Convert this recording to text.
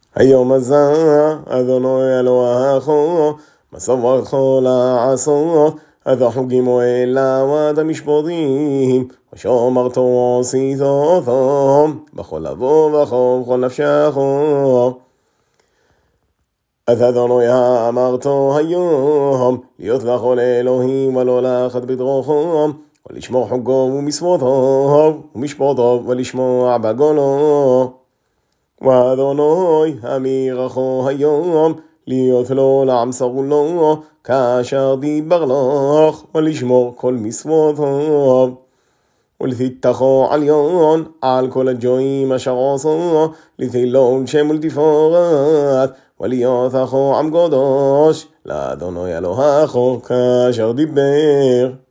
היום הזה אדוני אלוהיך מסורך לעשו עד החוגימו אלה ועד המשפטים ושומרתו עשית אותו בכל לבוא ובכל כל נפשך. אז אדוני אמרתו היום להיות לכל אלוהים ולא לאחד בדרכו ולשמור חוגו ומצוותיו ומשפטו ולשמוע בגולו. ואדוני אמירך היום להיות לו לעם סגולו כאשר דיבר לך ולשמור כל מצוותיו ולתיתכו עליון על כל הג'ויים אשר עשו לתהילון שם ולתפארת ולהיות אחו עם קדוש לאדוני אלוהיך כאשר דיבר.